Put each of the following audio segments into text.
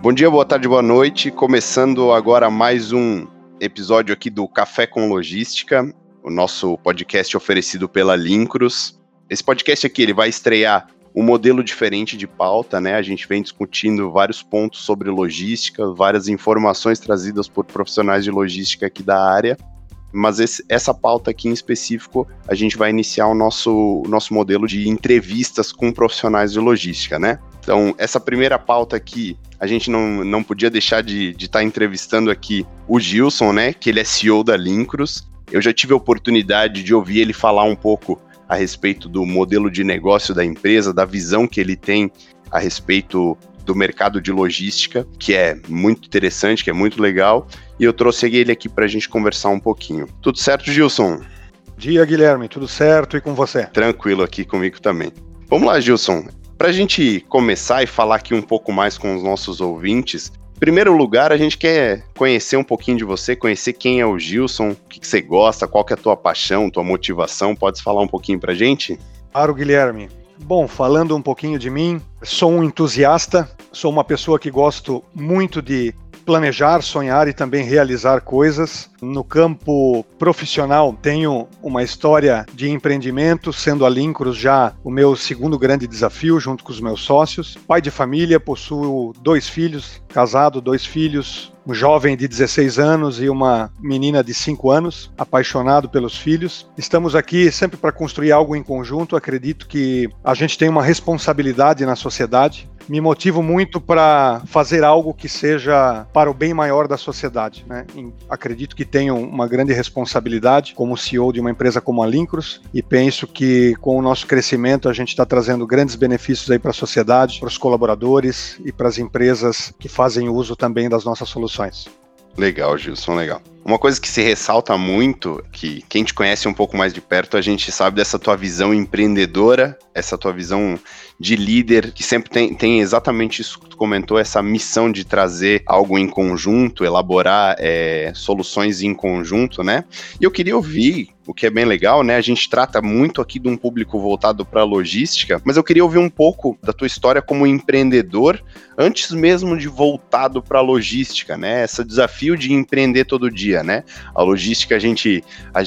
Bom dia, boa tarde, boa noite. Começando agora mais um episódio aqui do Café com Logística, o nosso podcast oferecido pela Lincros. Esse podcast aqui ele vai estrear um modelo diferente de pauta, né? A gente vem discutindo vários pontos sobre logística, várias informações trazidas por profissionais de logística aqui da área, mas essa pauta aqui em específico, a gente vai iniciar o nosso modelo de entrevistas com profissionais de logística, né? Então, essa primeira pauta aqui, a gente não podia deixar de estar entrevistando aqui o Gilson, né? Que ele é CEO da Lincros. Eu já tive a oportunidade de ouvir ele falar um pouco a respeito do modelo de negócio da empresa, da visão que ele tem a respeito do mercado de logística, que é muito interessante, que é muito legal, e eu trouxe ele aqui para a gente conversar um pouquinho. Tudo certo, Gilson? Bom dia, Guilherme, tudo certo e com você? Tranquilo aqui comigo também. Vamos lá, Gilson. Para a gente começar e falar aqui um pouco mais com os nossos ouvintes, em primeiro lugar, a gente quer conhecer um pouquinho de você, conhecer quem é o Gilson, o que você gosta, qual que é a tua paixão, tua motivação. Pode falar um pouquinho pra gente? Claro, Guilherme. Bom, falando um pouquinho de mim, sou um entusiasta, sou uma pessoa que gosto muito de planejar, sonhar e também realizar coisas. No campo profissional, tenho uma história de empreendimento, sendo a Lincros já o meu segundo grande desafio, junto com os meus sócios. Pai de família, possuo 2 filhos, casado, 2 filhos, um jovem de 16 anos e uma menina de 5 anos, apaixonado pelos filhos. Estamos aqui sempre para construir algo em conjunto. Acredito que a gente tem uma responsabilidade na sociedade. Me motivo muito para fazer algo que seja para o bem maior da sociedade, né? Acredito que tenho uma grande responsabilidade como CEO de uma empresa como a Lincros e penso que com o nosso crescimento a gente está trazendo grandes benefícios aí para a sociedade, para os colaboradores e para as empresas que fazem uso também das nossas soluções. Legal, Gilson, legal. Uma coisa que se ressalta muito, que quem te conhece um pouco mais de perto, a gente sabe dessa tua visão empreendedora, essa tua visão de líder, que sempre tem exatamente isso que tu comentou, essa missão de trazer algo em conjunto, elaborar soluções em conjunto, né? E eu queria ouvir, o que é bem legal, né? A gente trata muito aqui de um público voltado para a logística, mas eu queria ouvir um pouco da tua história como empreendedor, antes mesmo de voltado para a logística, né? Esse desafio de empreender todo dia, né? A logística, a gente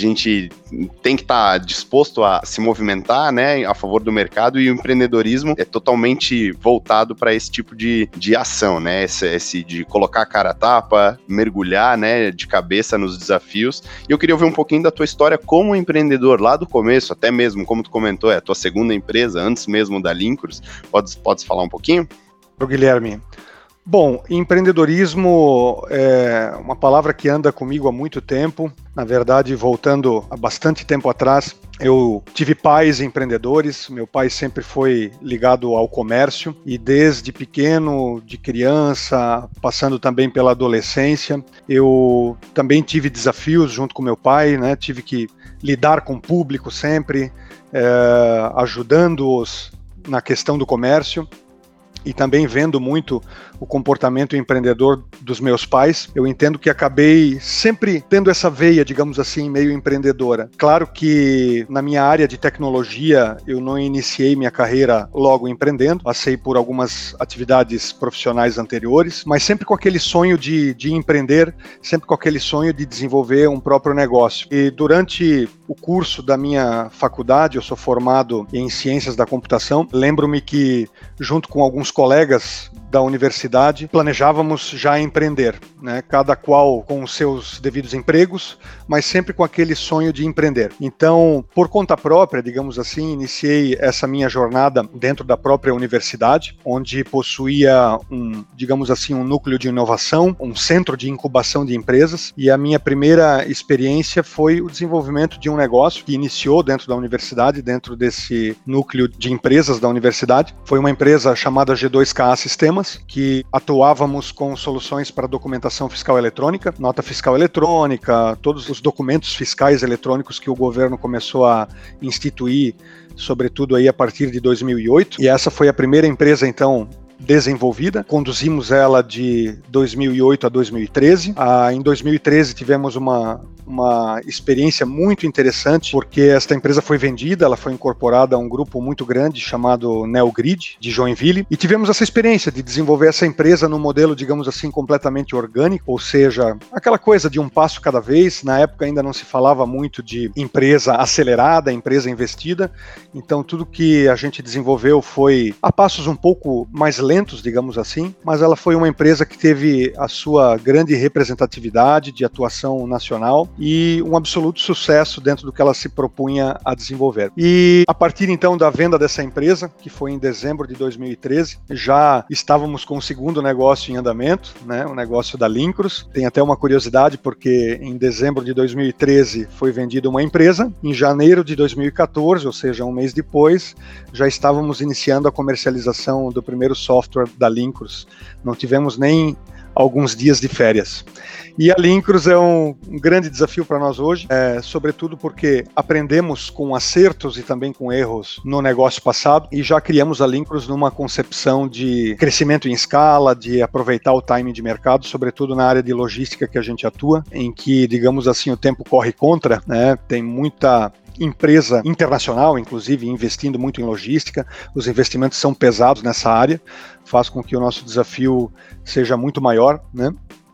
tem que estar disposto a se movimentar, né? A favor do mercado, e o empreendedorismo é totalmente voltado para esse tipo de ação, né? Esse de colocar a cara a tapa, mergulhar, né? De cabeça nos desafios. E eu queria ouvir um pouquinho da tua história como empreendedor, lá do começo, até mesmo, como tu comentou, é a tua segunda empresa, antes mesmo da Lincros. Podes falar um pouquinho? Guilherme. Bom, empreendedorismo é uma palavra que anda comigo há muito tempo. Na verdade, voltando a bastante tempo atrás, eu tive pais empreendedores. Meu pai sempre foi ligado ao comércio e desde pequeno, de criança, passando também pela adolescência, eu também tive desafios junto com meu pai, né? Tive que lidar com o público sempre, ajudando-os na questão do comércio. E também vendo muito o comportamento empreendedor dos meus pais, eu entendo que acabei sempre tendo essa veia, digamos assim, meio empreendedora. Claro que na minha área de tecnologia eu não iniciei minha carreira logo empreendendo, passei por algumas atividades profissionais anteriores, mas sempre com aquele sonho de empreender, sempre com aquele sonho de desenvolver um próprio negócio. E durante o curso da minha faculdade, eu sou formado em Ciências da Computação, lembro-me que junto com alguns colegas da universidade, planejávamos já empreender, né? Cada qual com os seus devidos empregos, mas sempre com aquele sonho de empreender. Então, por conta própria, digamos assim, iniciei essa minha jornada dentro da própria universidade, onde possuía digamos assim, um núcleo de inovação, um centro de incubação de empresas, e a minha primeira experiência foi o desenvolvimento de um negócio que iniciou dentro da universidade, dentro desse núcleo de empresas da universidade. Foi uma empresa chamada G2KA Sistemas, que atuávamos com soluções para documentação fiscal eletrônica, nota fiscal eletrônica, todos os documentos fiscais eletrônicos que o governo começou a instituir, sobretudo aí a partir de 2008. E essa foi a primeira empresa, então, desenvolvida. Conduzimos ela de 2008 a 2013. Em 2013 tivemos uma uma experiência muito interessante, porque esta empresa foi vendida, ela foi incorporada a um grupo muito grande chamado Neogrid, de Joinville, e tivemos essa experiência de desenvolver essa empresa num modelo, digamos assim, completamente orgânico, ou seja, aquela coisa de um passo cada vez. Na época ainda não se falava muito de empresa acelerada, empresa investida, então tudo que a gente desenvolveu foi a passos um pouco mais lentos, digamos assim, mas ela foi uma empresa que teve a sua grande representatividade de atuação nacional e um absoluto sucesso dentro do que ela se propunha a desenvolver. E a partir então da venda dessa empresa, que foi em dezembro de 2013, já estávamos com o segundo negócio em andamento, né, o negócio da Lincros. Tem até uma curiosidade, porque em dezembro de 2013 foi vendida uma empresa, em janeiro de 2014, ou seja, um mês depois, já estávamos iniciando a comercialização do primeiro software da Lincros. Não tivemos nem alguns dias de férias. E a Lincros é um grande desafio para nós hoje, sobretudo porque aprendemos com acertos e também com erros no negócio passado e já criamos a Lincros numa concepção de crescimento em escala, de aproveitar o timing de mercado, sobretudo na área de logística que a gente atua, em que, digamos assim, o tempo corre contra, né? Tem muita empresa internacional, inclusive, investindo muito em logística. Os investimentos são pesados nessa área, faz com que o nosso desafio seja muito maior, né?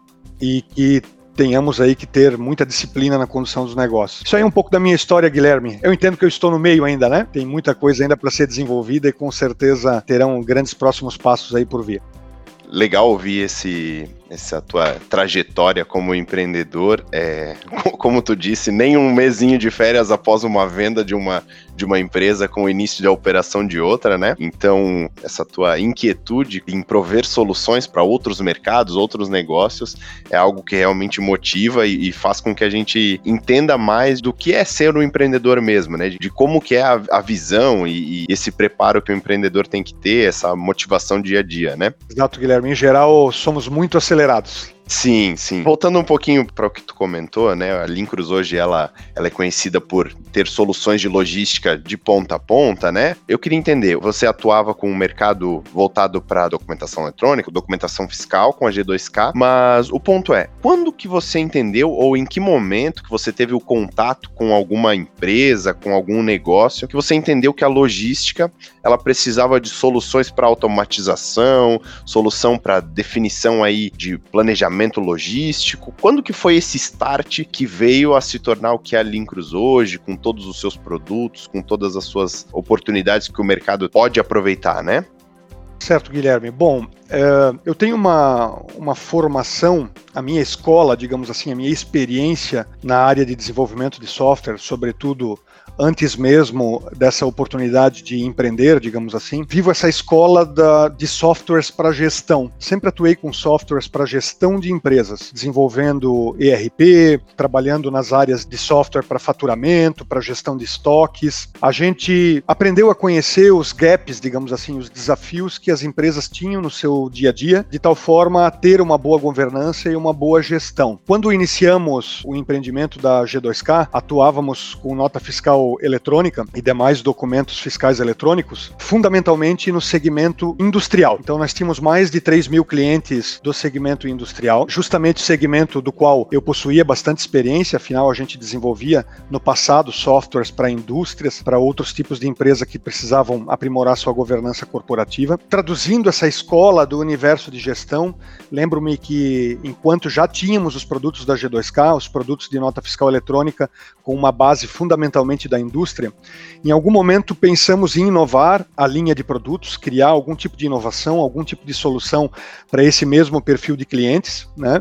E que tenhamos aí que ter muita disciplina na condução dos negócios. Isso aí é um pouco da minha história, Guilherme. Eu entendo que eu estou no meio ainda, né? Tem muita coisa ainda para ser desenvolvida e com certeza terão grandes próximos passos aí por vir. Legal ouvir essa tua trajetória como empreendedor. Como tu disse, nem um mesinho de férias após uma venda de uma empresa com o início da operação de outra, né? Então, essa tua inquietude em prover soluções para outros mercados, outros negócios, é algo que realmente motiva e faz com que a gente entenda mais do que é ser um empreendedor mesmo, né? De como que é a visão e esse preparo que o empreendedor tem que ter, essa motivação dia a dia, né? Exato, Guilherme. Em geral, somos muito acelerados. Sim, sim. Voltando um pouquinho para o que tu comentou, né? A Lincros hoje ela é conhecida por ter soluções de logística de ponta a ponta, né? Eu queria entender, você atuava com um mercado voltado para documentação eletrônica, documentação fiscal com a G2K, mas o ponto é, quando que você entendeu ou em que momento que você teve o contato com alguma empresa, com algum negócio, que você entendeu que a logística ela precisava de soluções para automatização, solução para definição aí de planejamento logístico? Quando que foi esse start que veio a se tornar o que é a Lincros hoje, com todos os seus produtos, com todas as suas oportunidades que o mercado pode aproveitar, né? Certo, Guilherme. Bom, eu tenho uma formação, a minha escola, digamos assim, a minha experiência na área de desenvolvimento de software, sobretudo antes mesmo dessa oportunidade de empreender, digamos assim, vivo essa escola de softwares para gestão. Sempre atuei com softwares para gestão de empresas, desenvolvendo ERP, trabalhando nas áreas de software para faturamento, para gestão de estoques. A gente aprendeu a conhecer os gaps, digamos assim, os desafios que as empresas tinham no seu dia a dia, de tal forma a ter uma boa governança e uma boa gestão. Quando iniciamos o empreendimento da G2K, atuávamos com nota fiscal eletrônica e demais documentos fiscais eletrônicos, fundamentalmente no segmento industrial. Então nós tínhamos mais de 3.000 clientes do segmento industrial, justamente o segmento do qual eu possuía bastante experiência, afinal a gente desenvolvia no passado softwares para indústrias, para outros tipos de empresa que precisavam aprimorar sua governança corporativa. Traduzindo essa escola do universo de gestão, lembro-me que enquanto já tínhamos os produtos da G2K, os produtos de nota fiscal eletrônica com uma base fundamentalmente da indústria, em algum momento pensamos em inovar a linha de produtos, criar algum tipo de inovação, algum tipo de solução para esse mesmo perfil de clientes, né?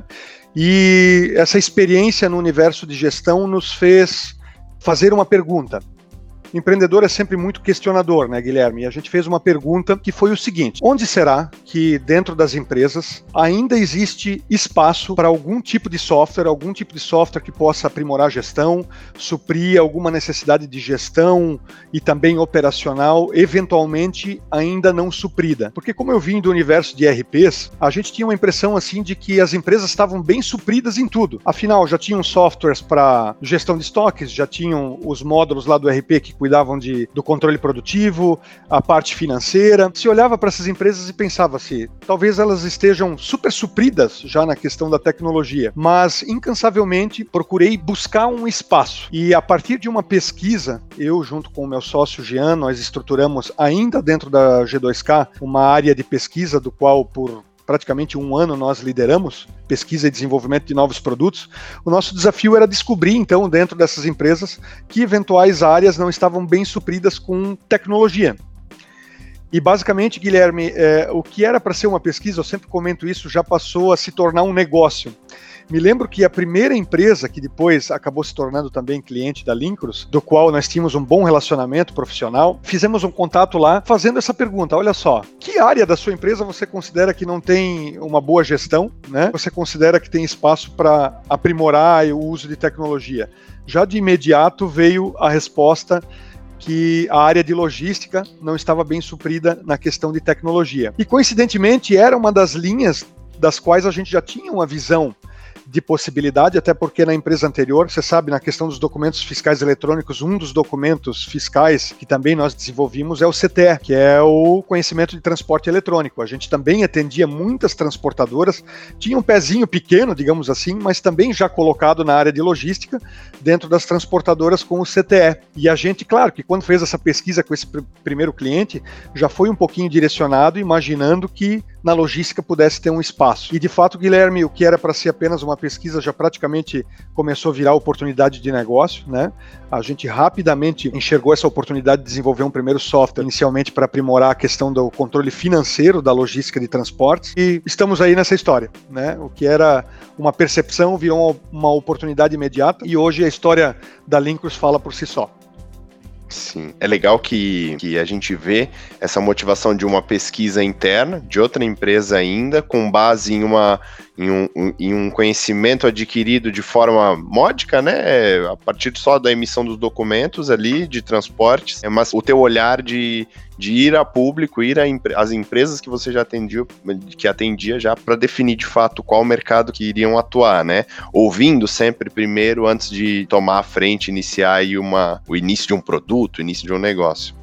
E essa experiência no universo de gestão nos fez fazer uma pergunta. O empreendedor é sempre muito questionador, né, Guilherme? E a gente fez uma pergunta que foi o seguinte: onde será que dentro das empresas ainda existe espaço para algum tipo de software que possa aprimorar a gestão, suprir alguma necessidade de gestão e também operacional, eventualmente ainda não suprida? Porque como eu vim do universo de ERPs, a gente tinha uma impressão assim de que as empresas estavam bem supridas em tudo. Afinal, já tinham softwares para gestão de estoques, já tinham os módulos lá do ERP que cuidavam do controle produtivo, a parte financeira. Se olhava para essas empresas e pensava assim, talvez elas estejam super supridas já na questão da tecnologia, mas incansavelmente procurei buscar um espaço. E a partir de uma pesquisa, eu junto com o meu sócio Jean, nós estruturamos ainda dentro da G2K uma área de pesquisa do qual por praticamente um ano nós lideramos, pesquisa e desenvolvimento de novos produtos. O nosso desafio era descobrir, então, dentro dessas empresas, que eventuais áreas não estavam bem supridas com tecnologia. E basicamente, Guilherme, o que era para ser uma pesquisa, eu sempre comento isso, já passou a se tornar um negócio. Me lembro que a primeira empresa, que depois acabou se tornando também cliente da Lincros, do qual nós tínhamos um bom relacionamento profissional, fizemos um contato lá fazendo essa pergunta, olha só, que área da sua empresa você considera que não tem uma boa gestão, né? Você considera que tem espaço para aprimorar o uso de tecnologia? Já de imediato veio a resposta que a área de logística não estava bem suprida na questão de tecnologia. E coincidentemente era uma das linhas das quais a gente já tinha uma visão de possibilidade, até porque na empresa anterior, você sabe, na questão dos documentos fiscais eletrônicos, um dos documentos fiscais que também nós desenvolvimos é o CTE, que é o conhecimento de transporte eletrônico. A gente também atendia muitas transportadoras, tinha um pezinho pequeno, digamos assim, mas também já colocado na área de logística, dentro das transportadoras com o CTE. E a gente, claro, que quando fez essa pesquisa com esse primeiro cliente, já foi um pouquinho direcionado, imaginando que na logística pudesse ter um espaço. E de fato, Guilherme, o que era para ser apenas uma pesquisa já praticamente começou a virar oportunidade de negócio, né? A gente rapidamente enxergou essa oportunidade de desenvolver um primeiro software, inicialmente para aprimorar a questão do controle financeiro da logística de transportes, e estamos aí nessa história, né? O que era uma percepção virou uma oportunidade imediata, e hoje a história da Lincros fala por si só. Sim, é legal que a gente vê essa motivação de uma pesquisa interna, de outra empresa ainda, com base em um conhecimento adquirido de forma módica, né, a partir só da emissão dos documentos ali, de transportes, mas o teu olhar de ir a público, ir às empresas que você já atendia já para definir de fato qual mercado que iriam atuar, né, ouvindo sempre primeiro antes de tomar a frente, iniciar aí o início de um produto, o início de um negócio.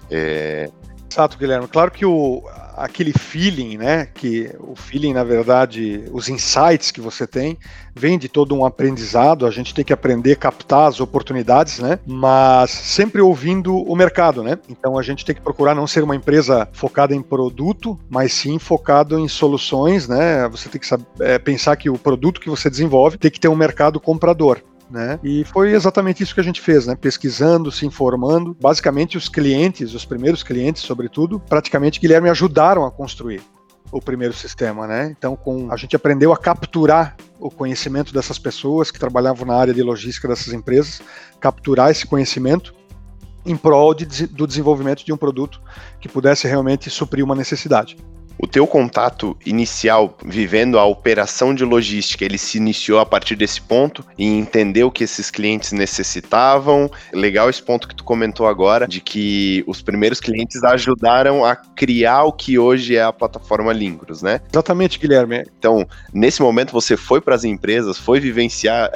Exato, Guilherme. Claro que aquele feeling, né, que o feeling, na verdade, os insights que você tem, vem de todo um aprendizado, a gente tem que aprender a captar as oportunidades, né, mas sempre ouvindo o mercado, né, então a gente tem que procurar não ser uma empresa focada em produto, mas sim focado em soluções, né, você tem que pensar que o produto que você desenvolve tem que ter um mercado comprador. Né? E foi exatamente isso que a gente fez, né? Pesquisando, se informando. Basicamente, os primeiros clientes, sobretudo, praticamente, Guilherme, ajudaram a construir o primeiro sistema, né? Então, a gente aprendeu a capturar o conhecimento dessas pessoas que trabalhavam na área de logística dessas empresas, capturar esse conhecimento em prol do desenvolvimento de um produto que pudesse realmente suprir uma necessidade. O teu contato inicial, vivendo a operação de logística, ele se iniciou a partir desse ponto e entendeu o que esses clientes necessitavam. Legal esse ponto que tu comentou agora, de que os primeiros clientes ajudaram a criar o que hoje é a plataforma Lincros, né? Exatamente, Guilherme. Então, nesse momento você foi para as empresas, foi vivenciar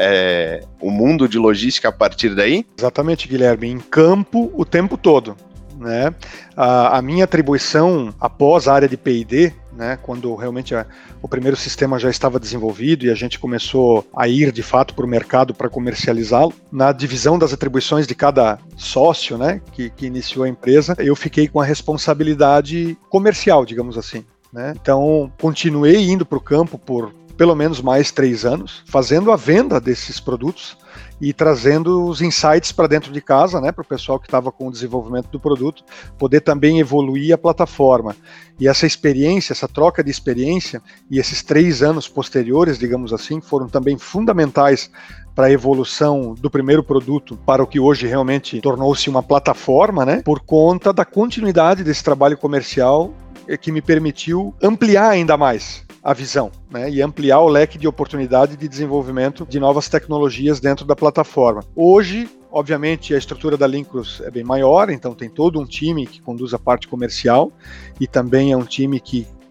o mundo de logística a partir daí? Exatamente, Guilherme. Em campo o tempo todo. Né? A minha atribuição após a área de P&D, né, quando realmente o primeiro sistema já estava desenvolvido e a gente começou a ir de fato para o mercado para comercializá-lo, na divisão das atribuições de cada sócio, né, que iniciou a empresa, eu fiquei com a responsabilidade comercial, digamos assim. Né? Então, continuei indo para o campo por pelo menos mais 3 anos, fazendo a venda desses produtos e trazendo os insights para dentro de casa, né, para o pessoal que estava com o desenvolvimento do produto, poder também evoluir a plataforma. E essa experiência, essa troca de experiência e esses 3 anos posteriores, digamos assim, foram também fundamentais para a evolução do primeiro produto para o que hoje realmente tornou-se uma plataforma, né, por conta da continuidade desse trabalho comercial que me permitiu ampliar ainda mais a visão, né, e ampliar o leque de oportunidade de desenvolvimento de novas tecnologias dentro da plataforma. Hoje, obviamente, a estrutura da Lincros é bem maior, então tem todo um time que conduz a parte comercial e também é um time que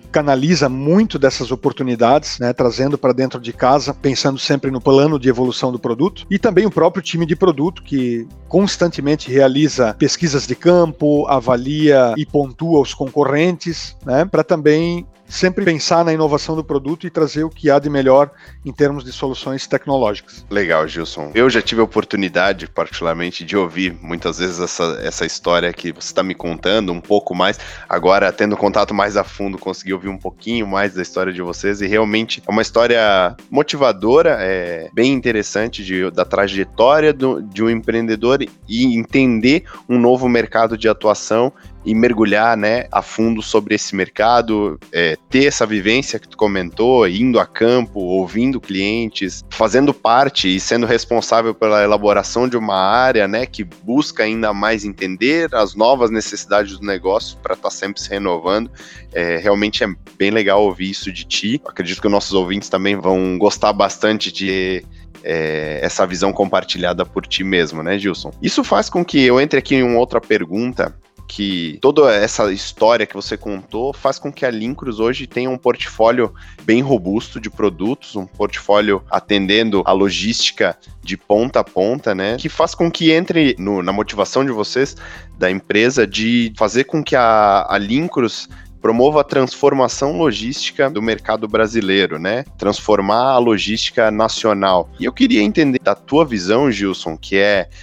canaliza muito dessas oportunidades, né, trazendo para dentro de casa, pensando sempre no plano de evolução do produto, e também o próprio time de produto, que constantemente realiza pesquisas de campo, avalia e pontua os concorrentes, né, para também sempre pensar na inovação do produto e trazer o que há de melhor em termos de soluções tecnológicas. Legal, Gilson. Eu já tive a oportunidade, particularmente, de ouvir muitas vezes essa história que você está me contando um pouco mais. Agora, tendo contato mais a fundo, consegui ouvir um pouquinho mais da história de vocês e realmente é uma história motivadora, bem interessante da trajetória de um empreendedor e entender um novo mercado de atuação e mergulhar, né, a fundo sobre esse mercado, ter essa vivência que tu comentou, indo a campo, ouvindo clientes, fazendo parte e sendo responsável pela elaboração de uma área, né, que busca ainda mais entender as novas necessidades do negócio para estar sempre se renovando. Realmente é bem legal ouvir isso de ti. Acredito que os nossos ouvintes também vão gostar bastante de essa visão compartilhada por ti mesmo, né, Gilson? Isso faz com que eu entre aqui em uma outra pergunta, que toda essa história que você contou faz com que a Lincros hoje tenha um portfólio bem robusto de produtos, um portfólio atendendo a logística de ponta a ponta, né? Que faz com que entre na motivação de vocês, da empresa, de fazer com que a Lincros promova a transformação logística do mercado brasileiro, né? Transformar a logística nacional. E eu queria entender da tua visão, Gilson, que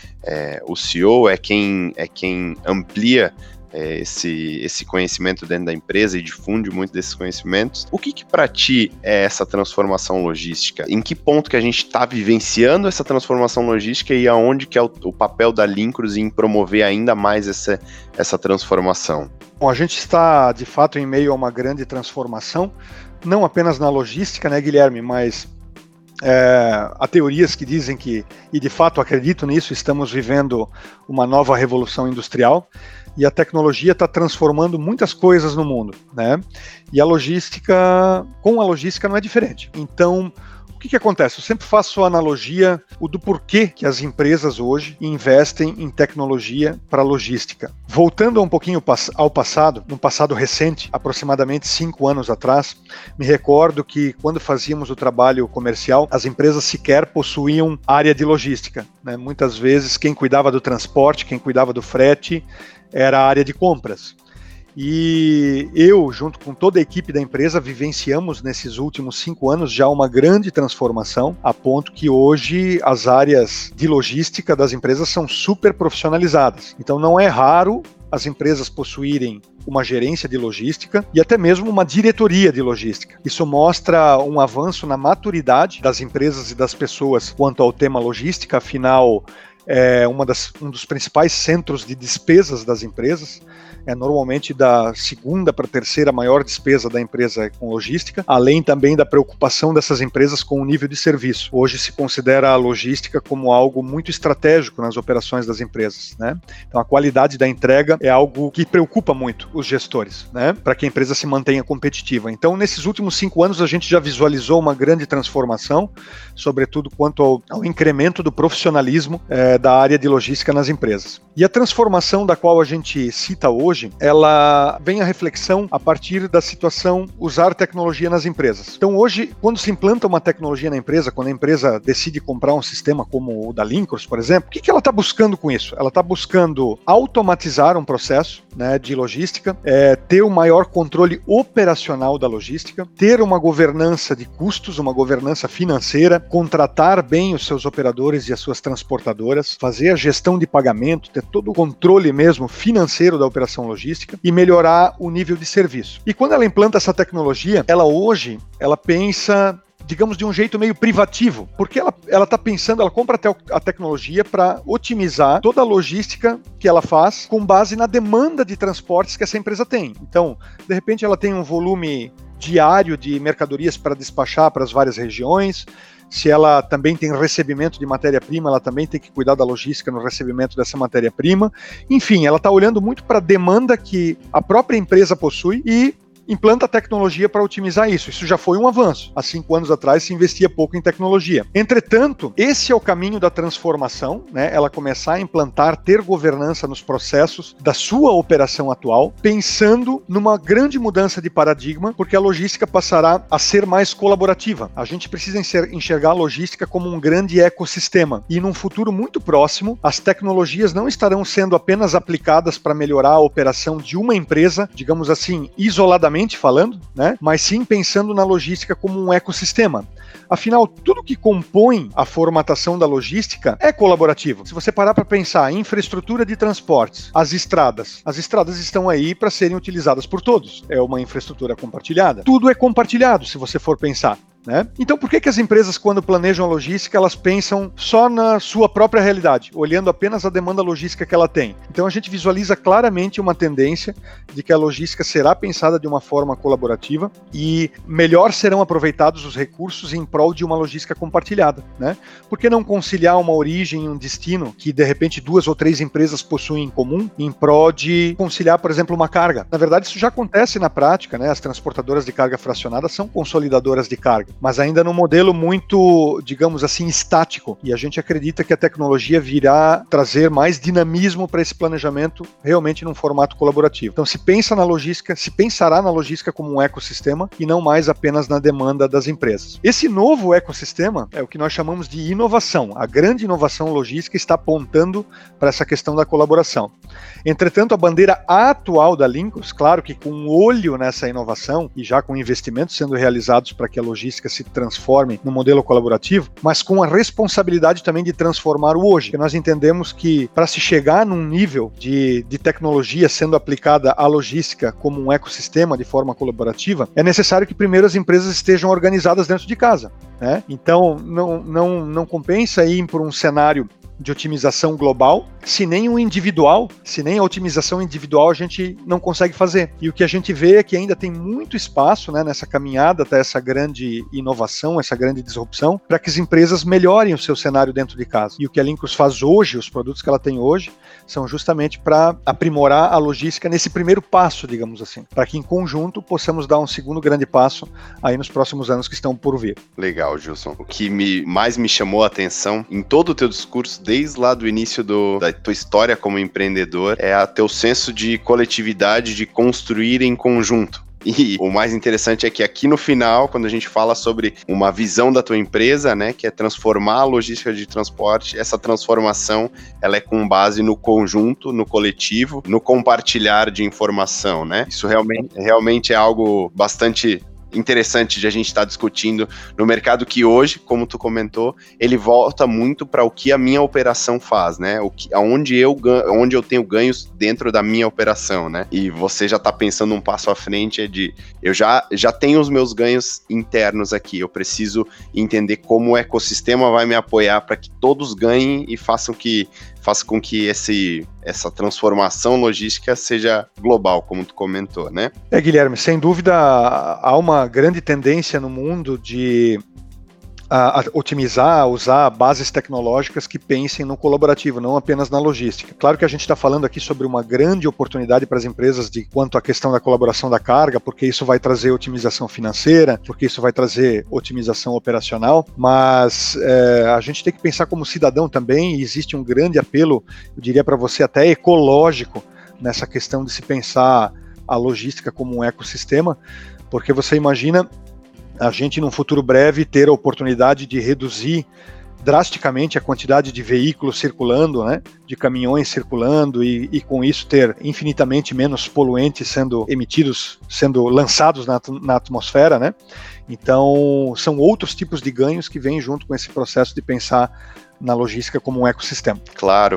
o CEO é quem amplia esse conhecimento dentro da empresa e difunde muito desses conhecimentos. O que para ti é essa transformação logística? Em que ponto que a gente está vivenciando essa transformação logística e aonde que é o papel da Lincros em promover ainda mais essa transformação? Bom, a gente está, de fato, em meio a uma grande transformação, não apenas na logística, né, Guilherme, mas há teorias que dizem que, e de fato acredito nisso, estamos vivendo uma nova revolução industrial e a tecnologia está transformando muitas coisas no mundo, né? E com a logística não é diferente. Então, o que acontece? Eu sempre faço a analogia do porquê que as empresas hoje investem em tecnologia para logística. Voltando um pouquinho ao passado, num passado recente, aproximadamente 5 anos atrás, me recordo que quando fazíamos o trabalho comercial, as empresas sequer possuíam área de logística, né? Muitas vezes quem cuidava do transporte, quem cuidava do frete, era a área de compras. E eu, junto com toda a equipe da empresa, vivenciamos nesses últimos 5 anos já uma grande transformação, a ponto que hoje as áreas de logística das empresas são super profissionalizadas. Então não é raro as empresas possuírem uma gerência de logística e até mesmo uma diretoria de logística. Isso mostra um avanço na maturidade das empresas e das pessoas quanto ao tema logística, afinal é um dos principais centros de despesas das empresas. Normalmente da segunda para a terceira maior despesa da empresa com logística, além também da preocupação dessas empresas com o nível de serviço. Hoje se considera a logística como algo muito estratégico nas operações das empresas, né? Então a qualidade da entrega é algo que preocupa muito os gestores, né? Para que a empresa se mantenha competitiva. Então nesses últimos 5 anos a gente já visualizou uma grande transformação, sobretudo quanto ao incremento do profissionalismo da área de logística nas empresas. E a transformação da qual a gente cita hoje, ela vem à reflexão a partir da situação usar tecnologia nas empresas. Então hoje, quando se implanta uma tecnologia na empresa, quando a empresa decide comprar um sistema como o da Lincros, por exemplo, o que ela está buscando com isso? Ela está buscando automatizar um processo, né, de logística, ter um maior controle operacional da logística, ter uma governança de custos, uma governança financeira, contratar bem os seus operadores e as suas transportadoras, fazer a gestão de pagamento, ter todo o controle mesmo financeiro da operação logística e melhorar o nível de serviço. E quando ela implanta essa tecnologia, ela pensa, digamos, de um jeito meio privativo, porque ela está pensando, ela compra a tecnologia para otimizar toda a logística que ela faz com base na demanda de transportes que essa empresa tem. Então, de repente ela tem um volume diário de mercadorias para despachar para as várias regiões. Se ela também tem recebimento de matéria-prima, ela também tem que cuidar da logística no recebimento dessa matéria-prima. Enfim, ela está olhando muito para a demanda que a própria empresa possui e implanta tecnologia para otimizar isso. Isso já foi um avanço. Há 5 anos atrás se investia pouco em tecnologia. Entretanto, esse é o caminho da transformação, né? Ela começar a implantar, ter governança nos processos da sua operação atual, pensando numa grande mudança de paradigma, porque a logística passará a ser mais colaborativa. A gente precisa enxergar a logística como um grande ecossistema. E num futuro muito próximo, as tecnologias não estarão sendo apenas aplicadas para melhorar a operação de uma empresa, digamos assim, isoladamente falando, né? Mas sim pensando na logística como um ecossistema. Afinal, tudo que compõe a formatação da logística é colaborativo. Se você parar para pensar em infraestrutura de transportes, as estradas estão aí para serem utilizadas por todos. É uma infraestrutura compartilhada. Tudo é compartilhado, se você for pensar. Né? Então, por que as empresas, quando planejam a logística, elas pensam só na sua própria realidade, olhando apenas a demanda logística que ela tem? Então, a gente visualiza claramente uma tendência de que a logística será pensada de uma forma colaborativa e melhor serão aproveitados os recursos em prol de uma logística compartilhada. Né? Por que não conciliar uma origem e um destino que, de repente, 2 ou 3 empresas possuem em comum em prol de conciliar, por exemplo, uma carga? Na verdade, isso já acontece na prática, né? As transportadoras de carga fracionada são consolidadoras de carga, mas ainda num modelo muito, digamos assim, estático. E a gente acredita que a tecnologia virá trazer mais dinamismo para esse planejamento realmente num formato colaborativo. Então se pensará na logística como um ecossistema e não mais apenas na demanda das empresas. Esse novo ecossistema é o que nós chamamos de inovação. A grande inovação logística está apontando para essa questão da colaboração. Entretanto, a bandeira atual da Linkos, claro que com um olho nessa inovação e já com investimentos sendo realizados para que a logística se transforme no modelo colaborativo, mas com a responsabilidade também de transformar o hoje. Porque nós entendemos que para se chegar num nível de tecnologia sendo aplicada à logística como um ecossistema de forma colaborativa, é necessário que primeiro as empresas estejam organizadas dentro de casa. Né? Então, não compensa ir por um cenário de otimização global, se nem a otimização individual a gente não consegue fazer. E o que a gente vê é que ainda tem muito espaço, né, nessa caminhada até essa grande inovação, essa grande disrupção, para que as empresas melhorem o seu cenário dentro de casa. E o que a Linkos faz hoje, os produtos que ela tem hoje, são justamente para aprimorar a logística nesse primeiro passo, digamos assim, para que em conjunto possamos dar um segundo grande passo aí nos próximos anos que estão por vir. Legal, Gilson. O que mais me chamou a atenção em todo o teu discurso, desde lá do início da tua história como empreendedor, é teu senso de coletividade, de construir em conjunto. E o mais interessante é que aqui no final, quando a gente fala sobre uma visão da tua empresa, né, que é transformar a logística de transporte, essa transformação, ela é com base no conjunto, no coletivo, no compartilhar de informação, né? Isso realmente é algo bastante interessante de a gente estar discutindo no mercado que hoje, como tu comentou, ele volta muito para o que a minha operação faz, né? Onde eu tenho ganhos dentro da minha operação, né? E você já está pensando um passo à frente, eu já tenho os meus ganhos internos aqui, eu preciso entender como o ecossistema vai me apoiar para que todos ganhem e faça com que essa transformação logística seja global, como tu comentou, né? Guilherme, sem dúvida há uma grande tendência no mundo de otimizar, usar bases tecnológicas que pensem no colaborativo, não apenas na logística. Claro que a gente está falando aqui sobre uma grande oportunidade para as empresas quanto à questão da colaboração da carga, porque isso vai trazer otimização financeira, porque isso vai trazer otimização operacional, mas a gente tem que pensar como cidadão também, e existe um grande apelo, eu diria para você até ecológico, nessa questão de se pensar a logística como um ecossistema, porque você imagina a gente, num futuro breve, ter a oportunidade de reduzir drasticamente a quantidade de veículos circulando, né, de caminhões circulando e com isso ter infinitamente menos poluentes sendo emitidos, sendo lançados na atmosfera, né? Então, são outros tipos de ganhos que vêm junto com esse processo de pensar na logística como um ecossistema. Claro.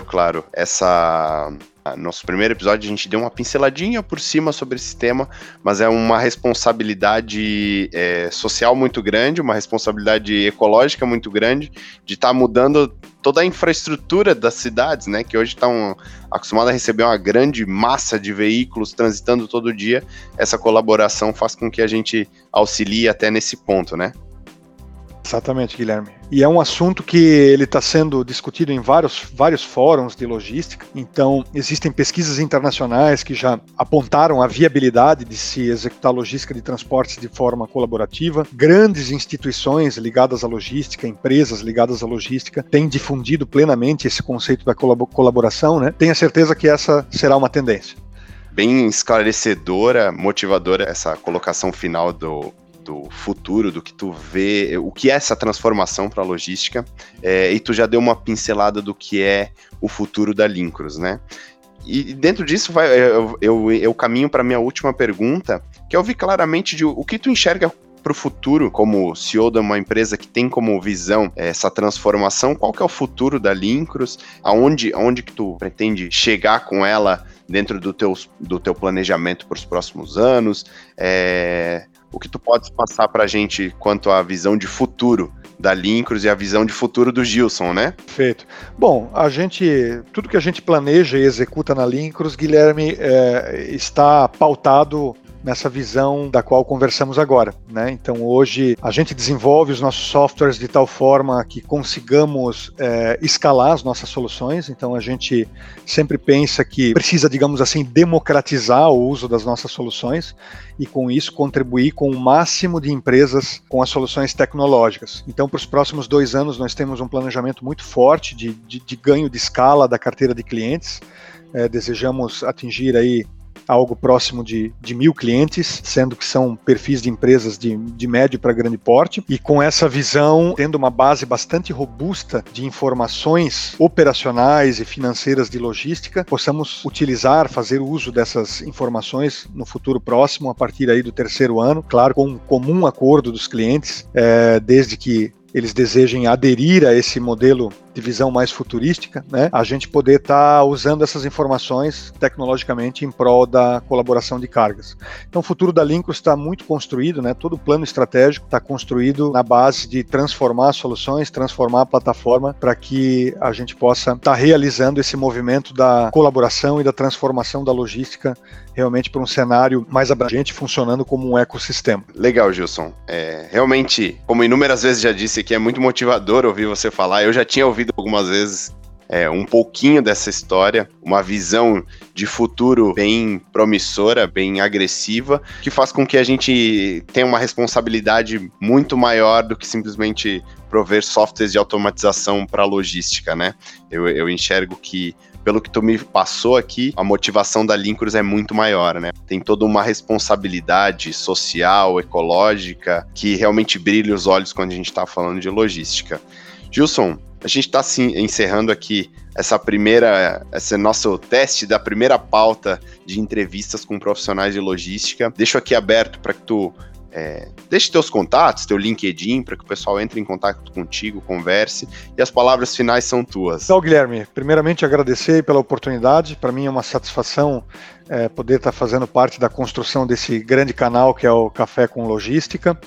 Nosso primeiro episódio a gente deu uma pinceladinha por cima sobre esse tema, mas é uma responsabilidade social muito grande, uma responsabilidade ecológica muito grande, de estar mudando toda a infraestrutura das cidades, né, que hoje estão acostumadas a receber uma grande massa de veículos transitando todo dia. Essa colaboração faz com que a gente auxilie até nesse ponto, né? Exatamente, Guilherme. E é um assunto que ele está sendo discutido em vários fóruns de logística. Então, existem pesquisas internacionais que já apontaram a viabilidade de se executar logística de transportes de forma colaborativa. Grandes instituições ligadas à logística, empresas ligadas à logística, têm difundido plenamente esse conceito da colaboração, né? Tenha certeza que essa será uma tendência. Bem esclarecedora, motivadora essa colocação final do futuro, do que tu vê, o que é essa transformação para a logística, e tu já deu uma pincelada do que é o futuro da Lincros, né? E dentro disso eu caminho para a minha última pergunta, que é ouvir claramente o que tu enxerga para o futuro, como CEO de uma empresa que tem como visão essa transformação. Qual que é o futuro da Lincros? Aonde que tu pretende chegar com ela dentro do teu planejamento para os próximos anos? O que tu podes passar para a gente quanto à visão de futuro da Lincros e a visão de futuro do Gilson, né? Perfeito. Bom, tudo que a gente planeja e executa na Lincros, Guilherme, está pautado nessa visão da qual conversamos agora, né? Então hoje a gente desenvolve os nossos softwares de tal forma que consigamos escalar as nossas soluções. Então a gente sempre pensa que precisa, digamos assim, democratizar o uso das nossas soluções e com isso contribuir com o máximo de empresas com as soluções tecnológicas. Então para os próximos 2 anos nós temos um planejamento muito forte de ganho de escala da carteira de clientes. Desejamos atingir aí algo próximo de 1.000 clientes, sendo que são perfis de empresas de médio para grande porte, e com essa visão, tendo uma base bastante robusta de informações operacionais e financeiras de logística, possamos fazer uso dessas informações no futuro próximo, a partir aí do 3º ano, claro, com um comum acordo dos clientes, desde que eles desejem aderir a esse modelo de visão mais futurística, né? A gente poder estar usando essas informações tecnologicamente em prol da colaboração de cargas. Então o futuro da Lincros está muito construído, né? Todo o plano estratégico está construído na base de transformar as soluções, transformar a plataforma para que a gente possa estar realizando esse movimento da colaboração e da transformação da logística realmente para um cenário mais abrangente, funcionando como um ecossistema. Legal, Gilson. Realmente, como inúmeras vezes já disse aqui, é muito motivador ouvir você falar. Eu já tinha ouvido algumas vezes um pouquinho dessa história, uma visão de futuro bem promissora, bem agressiva, que faz com que a gente tenha uma responsabilidade muito maior do que simplesmente prover softwares de automatização para a logística, né? Eu enxergo que, pelo que tu me passou aqui, a motivação da Lincros é muito maior, né? Tem toda uma responsabilidade social, ecológica, que realmente brilha os olhos quando a gente está falando de logística. Gilson, a gente está encerrando aqui esse nosso teste da primeira pauta de entrevistas com profissionais de logística. Deixo aqui aberto para que tu deixe teus contatos, teu LinkedIn, para que o pessoal entre em contato contigo, converse, e as palavras finais são tuas. Então, Guilherme, primeiramente agradecer pela oportunidade. Para mim é uma satisfação poder estar fazendo parte da construção desse grande canal que é o Café com Logística.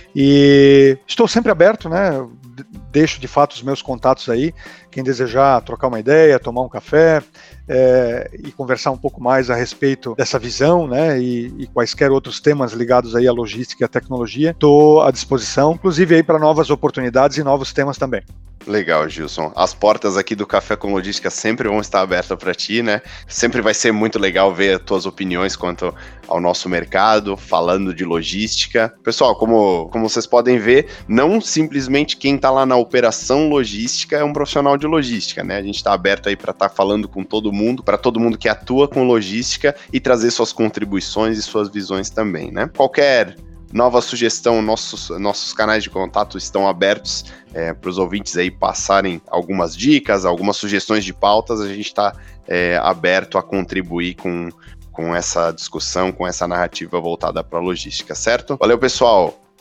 E estou sempre aberto, né? Deixo de fato os meus contatos aí. Quem desejar trocar uma ideia, tomar um café e conversar um pouco mais a respeito dessa visão, né? E quaisquer outros temas ligados aí à logística e à tecnologia, estou à disposição, inclusive aí para novas oportunidades e novos temas também. Legal, Gilson. As portas aqui do Café com Logística sempre vão estar abertas para ti, né? Sempre vai ser muito legal ver as tuas opiniões quanto ao nosso mercado, falando de logística. Pessoal, como vocês podem ver, não simplesmente quem está lá na operação logística é um profissional de logística, né? A gente está aberto aí para estar falando com todo mundo, para todo mundo que atua com logística e trazer suas contribuições e suas visões também, né? Qualquer nova sugestão, nossos canais de contato estão abertos para os ouvintes aí passarem algumas dicas, algumas sugestões de pautas. A gente está aberto a contribuir com essa discussão, com essa narrativa voltada para a logística, certo? Valeu, pessoal!